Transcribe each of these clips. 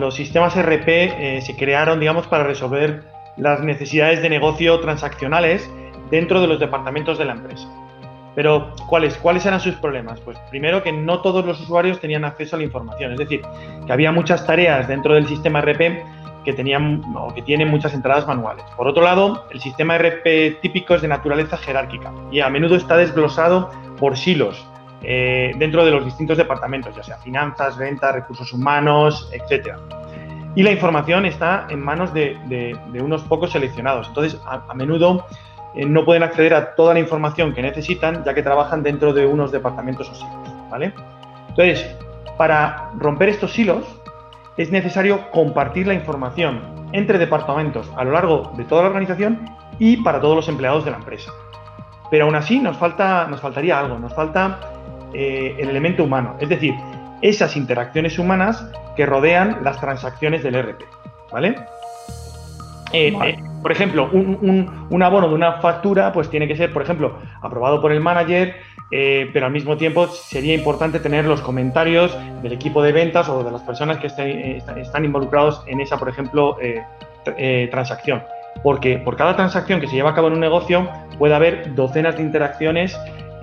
los sistemas ERP se crearon, digamos, para resolver las necesidades de negocio transaccionales dentro de los departamentos de la empresa. Pero, ¿cuáles eran sus problemas? Pues primero, que no todos los usuarios tenían acceso a la información, es decir, que había muchas tareas dentro del sistema ERP que tenían o que tienen muchas entradas manuales. Por otro lado, el sistema ERP típico es de naturaleza jerárquica y a menudo está desglosado por silos dentro de los distintos departamentos, ya sea finanzas, ventas, recursos humanos, etc. Y la información está en manos de unos pocos seleccionados. Entonces, a menudo no pueden acceder a toda la información que necesitan, ya que trabajan dentro de unos departamentos o silos, ¿vale? Entonces, para romper estos silos, es necesario compartir la información entre departamentos a lo largo de toda la organización y para todos los empleados de la empresa. Pero aún así nos faltaría algo, nos falta el elemento humano, es decir, esas interacciones humanas que rodean las transacciones del ERP, ¿vale? Por ejemplo, un abono de una factura pues tiene que ser, por ejemplo, aprobado por el manager, pero al mismo tiempo sería importante tener los comentarios del equipo de ventas o de las personas que están involucrados en esa, por ejemplo, transacción. Porque por cada transacción que se lleva a cabo en un negocio puede haber docenas de interacciones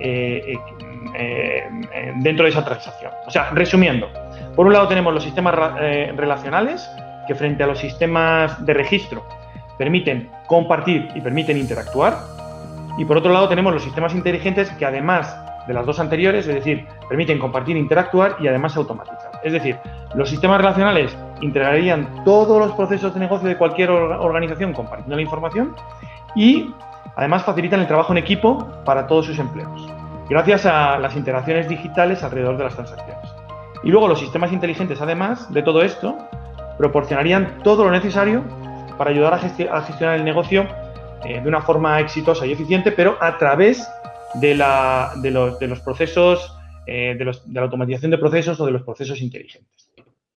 dentro de esa transacción. O sea, resumiendo, por un lado tenemos los sistemas relacionales que frente a los sistemas de registro permiten compartir y permiten interactuar. Y por otro lado tenemos los sistemas inteligentes que además de las dos anteriores, es decir, permiten compartir, interactuar y además automatizar. Es decir, los sistemas relacionales integrarían todos los procesos de negocio de cualquier organización compartiendo la información y además facilitan el trabajo en equipo para todos sus empleados, gracias a las interacciones digitales alrededor de las transacciones. Y luego los sistemas inteligentes, además de todo esto, proporcionarían todo lo necesario para ayudar a gestionar el negocio de una forma exitosa y eficiente, pero a través de los procesos, de la automatización de procesos o de los procesos inteligentes.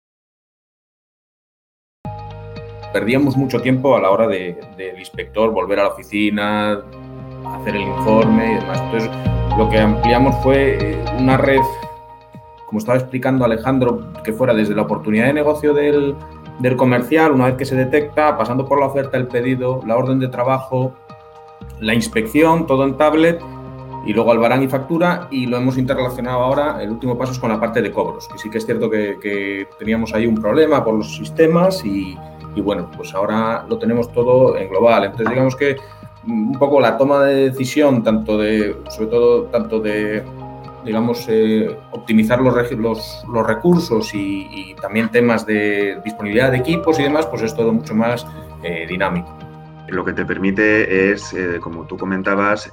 Perdíamos mucho tiempo a la hora del inspector volver a la oficina, hacer el informe y demás. Entonces, lo que ampliamos fue una red, como estaba explicando Alejandro, que fuera desde la oportunidad de negocio del comercial, una vez que se detecta, pasando por la oferta, el pedido, la orden de trabajo, la inspección, todo en tablet, y luego albarán y factura, y lo hemos interrelacionado ahora, el último paso es con la parte de cobros, que sí que es cierto que teníamos ahí un problema por los sistemas y bueno, pues ahora lo tenemos todo en global. Entonces digamos que un poco la toma de decisión, sobre todo digamos, optimizar los recursos y también temas de disponibilidad de equipos y demás, pues es todo mucho más dinámico. Lo que te permite es, como tú comentabas,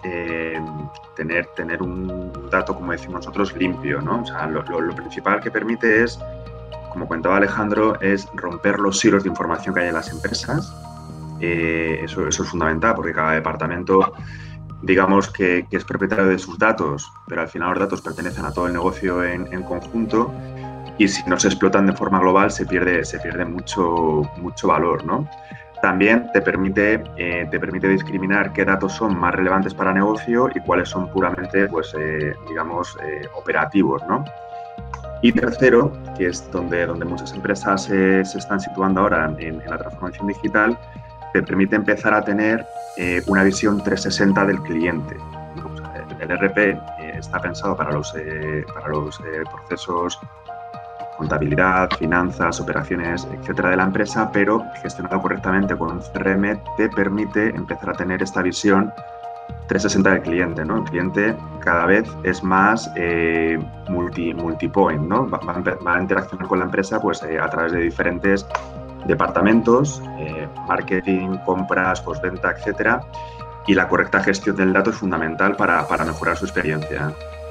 tener un dato, como decimos nosotros, limpio, ¿no? O sea, lo principal que permite es, como comentaba Alejandro, es romper los silos de información que hay en las empresas. Eso es fundamental, porque cada departamento, digamos que es propietario de sus datos, pero al final los datos pertenecen a todo el negocio en conjunto, y si no se explotan de forma global se pierde mucho valor, ¿no? También te permite discriminar qué datos son más relevantes para el negocio y cuáles son puramente, pues, operativos, ¿no? Y tercero, que es donde muchas empresas se están situando ahora en la transformación digital, te permite empezar a tener una visión 360 del cliente. El ERP está pensado para los procesos, contabilidad, finanzas, operaciones, etcétera, de la empresa, pero gestionado correctamente con un CRM te permite empezar a tener esta visión 360 del cliente, ¿no? El cliente cada vez es más multipoint, ¿no? Va a interaccionar con la empresa pues, a través de diferentes departamentos, marketing, compras, postventa, etcétera, y la correcta gestión del dato es fundamental para mejorar su experiencia.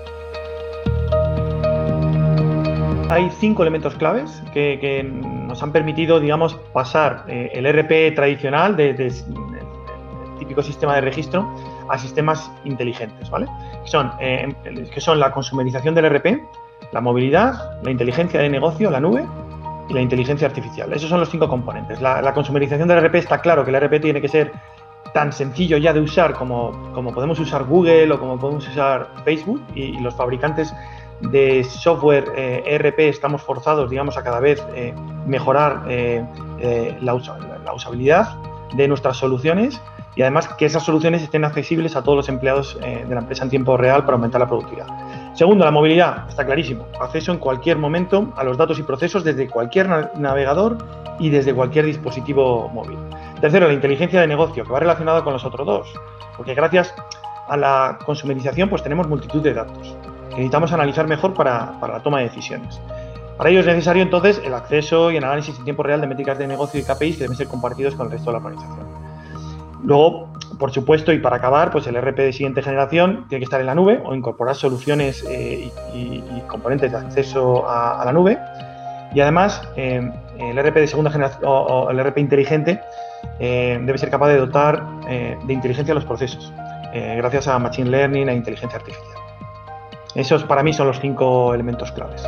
Hay 5 elementos claves que nos han permitido, digamos, pasar el ERP tradicional del típico sistema de registro a sistemas inteligentes, ¿vale? Que son la consumerización del ERP, la movilidad, la inteligencia de negocio, la nube y la inteligencia artificial. Esos son los 5 componentes. La consumerización del ERP, está claro que el ERP tiene que ser tan sencillo ya de usar como podemos usar Google o como podemos usar Facebook, y los fabricantes de software ERP estamos forzados, digamos, a cada vez mejorar la usabilidad de nuestras soluciones y además que esas soluciones estén accesibles a todos los empleados de la empresa en tiempo real para aumentar la productividad. Segundo, la movilidad, está clarísimo. Acceso en cualquier momento a los datos y procesos desde cualquier navegador y desde cualquier dispositivo móvil. Tercero, la inteligencia de negocio, que va relacionada con los otros dos, porque gracias a la consumerización pues tenemos multitud de datos que necesitamos analizar mejor para la toma de decisiones. Para ello es necesario entonces el acceso y el análisis en tiempo real de métricas de negocio y KPIs que deben ser compartidos con el resto de la organización. Luego, por supuesto, y para acabar, pues el ERP de siguiente generación tiene que estar en la nube o incorporar soluciones y componentes de acceso a la nube. Y además, el ERP de segunda generación o el ERP inteligente debe ser capaz de dotar de inteligencia a los procesos, gracias a Machine Learning e inteligencia artificial. Esos para mí son los 5 elementos claves.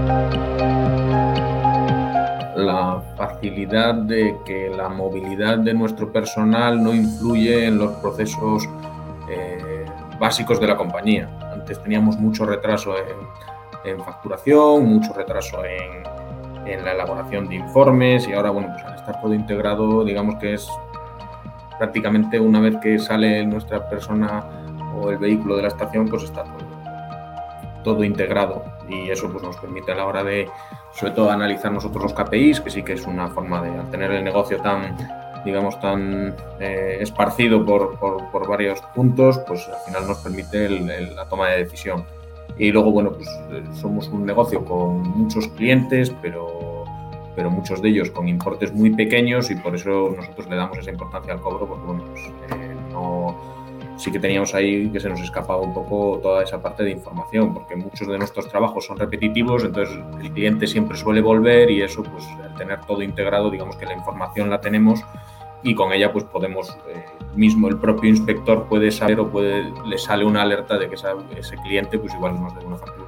La facilidad de que la movilidad de nuestro personal no influye en los procesos básicos de la compañía. Antes teníamos mucho retraso en facturación, mucho retraso en la elaboración de informes y ahora, bueno, pues al estar todo integrado, digamos que es prácticamente una vez que sale nuestra persona o el vehículo de la estación, pues está todo integrado y eso pues nos permite a la hora de, sobre todo, analizar nosotros los KPIs, que sí que es una forma de, al tener el negocio tan, digamos, tan esparcido por varios puntos, pues al final nos permite la toma de decisión. Y luego, bueno, pues somos un negocio con muchos clientes, pero muchos de ellos con importes muy pequeños y por eso nosotros le damos esa importancia al cobro, porque bueno, pues, sí que teníamos ahí que se nos escapaba un poco toda esa parte de información, porque muchos de nuestros trabajos son repetitivos, entonces el cliente siempre suele volver y eso, pues al tener todo integrado, digamos que la información la tenemos y con ella pues podemos, mismo el propio inspector puede saber o le sale una alerta de que ese cliente pues igual nos debe una factura.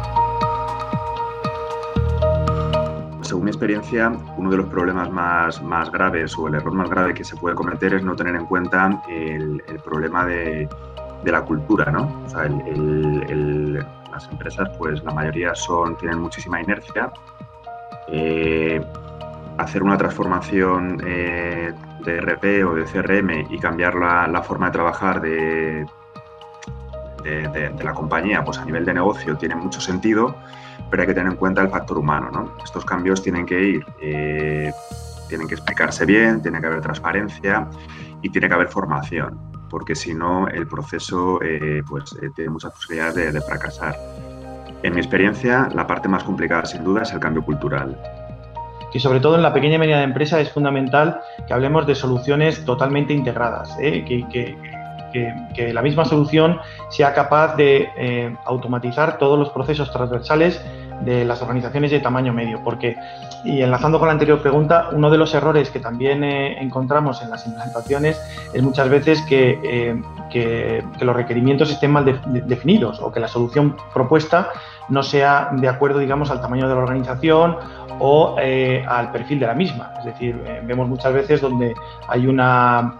Según mi experiencia, uno de los problemas más graves o el error más grave que se puede cometer es no tener en cuenta el problema de la cultura, ¿no? O sea, las empresas, pues la mayoría tienen muchísima inercia. Hacer una transformación de ERP o de CRM y cambiar la forma de trabajar de la compañía, pues a nivel de negocio tiene mucho sentido, pero hay que tener en cuenta el factor humano, ¿no? Estos cambios tienen que explicarse bien, tiene que haber transparencia y tiene que haber formación, porque si no el proceso tiene muchas posibilidades de fracasar. En mi experiencia, la parte más complicada sin duda es el cambio cultural. Y sobre todo en la pequeña y mediana empresa es fundamental que hablemos de soluciones totalmente integradas, que la misma solución sea capaz de automatizar todos los procesos transversales de las organizaciones de tamaño medio, porque, y enlazando con la anterior pregunta, uno de los errores que también encontramos en las implantaciones es muchas veces que los requerimientos estén mal definidos o que la solución propuesta no sea de acuerdo, digamos, al tamaño de la organización o al perfil de la misma. Es decir, vemos muchas veces donde hay una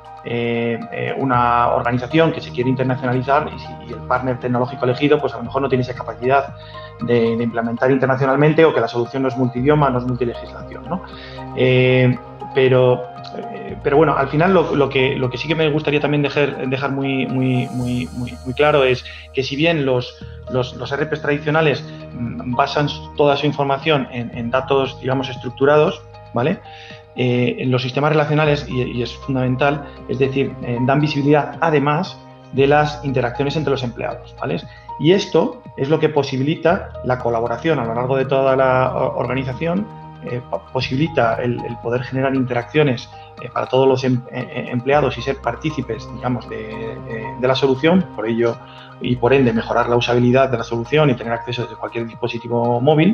organización que se quiere internacionalizar y el partner tecnológico elegido pues a lo mejor no tiene esa capacidad de implementar internacionalmente o que la solución no es multidioma, no es multilegislación, ¿no? Pero bueno, al final lo que sí que me gustaría también dejar muy claro es que si bien los ERPs tradicionales basan toda su información en datos, digamos, estructurados, ¿vale? En los sistemas relacionales, y es fundamental, es decir, dan visibilidad además de las interacciones entre los empleados, ¿vale? Y esto es lo que posibilita la colaboración a lo largo de toda la organización, posibilita el poder generar interacciones para todos los empleados y ser partícipes, digamos, de la solución, por ello y por ende mejorar la usabilidad de la solución y tener acceso desde cualquier dispositivo móvil.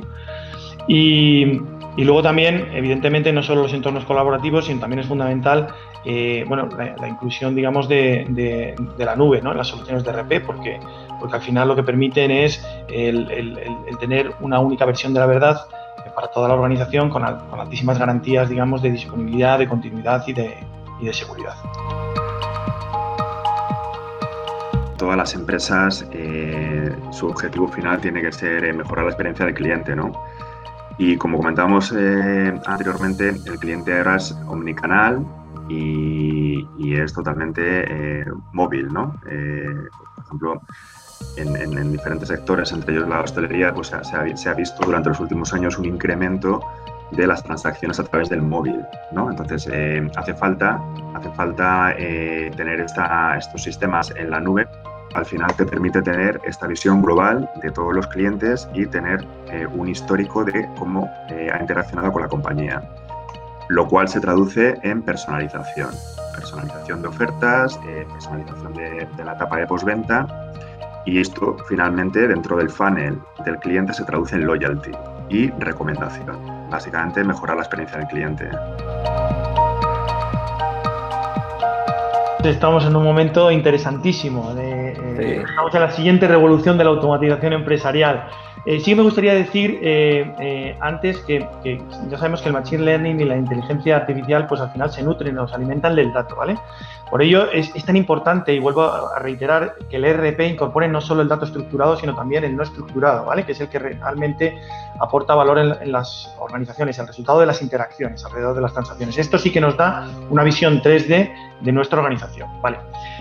Y luego también, evidentemente, no solo los entornos colaborativos, sino también es fundamental la inclusión, digamos, de la nube, ¿no? En las soluciones de ERP, porque al final lo que permiten es el tener una única versión de la verdad para toda la organización con altísimas garantías, digamos, de disponibilidad, de continuidad y de seguridad. todas las empresas, su objetivo final tiene que ser mejorar la experiencia del cliente, ¿no? Y como comentábamos anteriormente, el cliente ahora es omnicanal y es totalmente móvil, ¿no? Por ejemplo, en diferentes sectores, entre ellos la hostelería, pues se ha visto durante los últimos años un incremento de las transacciones a través del móvil, ¿no? Entonces, hace falta tener estos sistemas en la nube. Al final te permite tener esta visión global de todos los clientes y tener un histórico de cómo ha interaccionado con la compañía, lo cual se traduce en personalización de ofertas, personalización de la etapa de postventa, y esto finalmente dentro del funnel del cliente se traduce en loyalty y recomendación. Básicamente mejorar la experiencia del cliente. Estamos en un momento interesantísimo. Estamos en la siguiente revolución de la automatización empresarial. Sí me gustaría decir antes que ya sabemos que el Machine Learning y la inteligencia artificial pues al final se nutren, nos alimentan del dato, ¿vale? Por ello es tan importante, y vuelvo a reiterar, que el ERP incorpore no solo el dato estructurado, sino también el no estructurado, ¿vale? Que es el que realmente aporta valor en las organizaciones, el resultado de las interacciones alrededor de las transacciones. Esto sí que nos da una visión 3D de nuestra organización, ¿vale?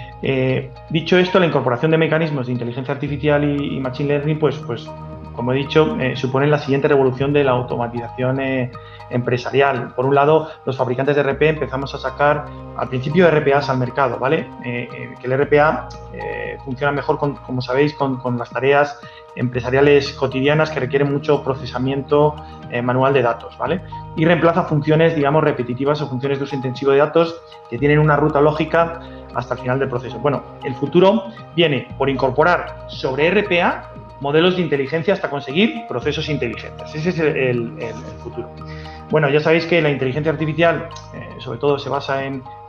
Dicho esto, la incorporación de mecanismos de inteligencia artificial y Machine Learning, pues como he dicho, suponen la siguiente revolución de la automatización empresarial. Por un lado, los fabricantes de RP empezamos a sacar al principio RPAs al mercado, ¿vale? Que el RPA funciona mejor, como sabéis, con las tareas empresariales cotidianas que requieren mucho procesamiento manual de datos, ¿vale? Y reemplaza funciones, digamos, repetitivas o funciones de uso intensivo de datos que tienen una ruta lógica hasta el final del proceso. Bueno, el futuro viene por incorporar sobre RPA modelos de inteligencia hasta conseguir procesos inteligentes. Ese es el futuro. Bueno, ya sabéis que la inteligencia artificial, sobre todo, se basa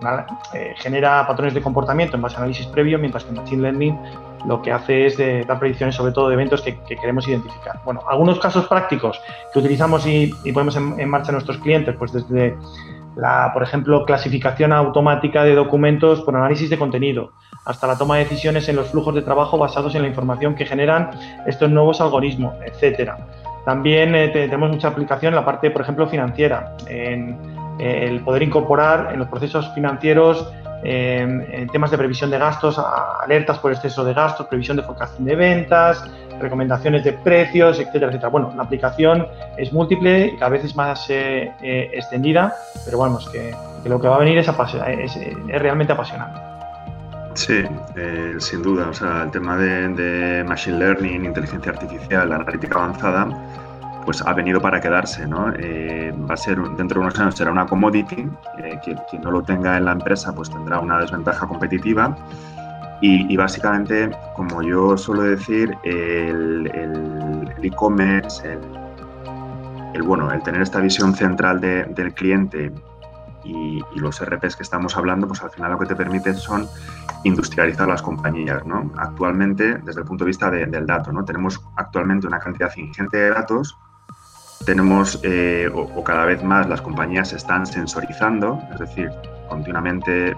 genera patrones de comportamiento en base a análisis previo, mientras que Machine Learning lo que hace es dar predicciones sobre todo de eventos que queremos identificar. Bueno, algunos casos prácticos que utilizamos y ponemos en marcha a nuestros clientes, pues desde por ejemplo, clasificación automática de documentos por análisis de contenido, hasta la toma de decisiones en los flujos de trabajo basados en la información que generan estos nuevos algoritmos, etcétera. También tenemos mucha aplicación en la parte, por ejemplo, financiera, en el poder incorporar en los procesos financieros en temas de previsión de gastos, alertas por exceso de gastos, previsión de forecasting de ventas, recomendaciones de precios, etcétera, etcétera. Bueno, la aplicación es múltiple y cada vez es más extendida, pero vamos, que lo que va a venir es realmente apasionante. Sí, sin duda. O sea, el tema de Machine Learning, inteligencia artificial, analítica avanzada, pues ha venido para quedarse, ¿no? Va a ser, dentro de unos años será una commodity, quien no lo tenga en la empresa pues tendrá una desventaja competitiva. Y básicamente, como yo suelo decir, el e-commerce, el tener esta visión central del cliente y los RPs que estamos hablando, pues al final lo que te permiten son industrializar las compañías, ¿no? Actualmente, desde el punto de vista del dato, ¿no? Tenemos actualmente una cantidad ingente de datos, tenemos, o cada vez más las compañías se están sensorizando, es decir, continuamente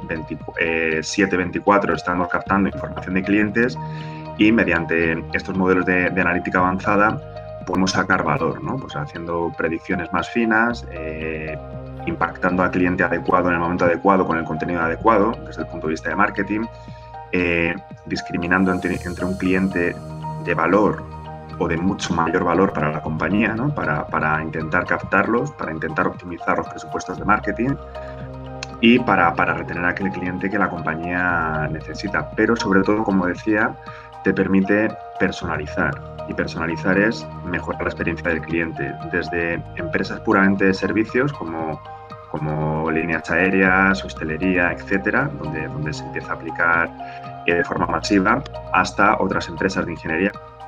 7/24 estamos captando información de clientes y mediante estos modelos de analítica avanzada podemos sacar valor, ¿no? Pues haciendo predicciones más finas, impactando al cliente adecuado en el momento adecuado con el contenido adecuado desde el punto de vista de marketing, discriminando entre un cliente de valor o de mucho mayor valor para la compañía, ¿no? Para intentar captarlos, para intentar optimizar los presupuestos de marketing y para retener a aquel cliente que la compañía necesita. Pero sobre todo, como decía, te permite personalizar. Y personalizar es mejorar la experiencia del cliente. Desde empresas puramente de servicios como líneas aéreas, hostelería, etcétera, donde se empieza a aplicar de forma masiva, hasta otras empresas de ingeniería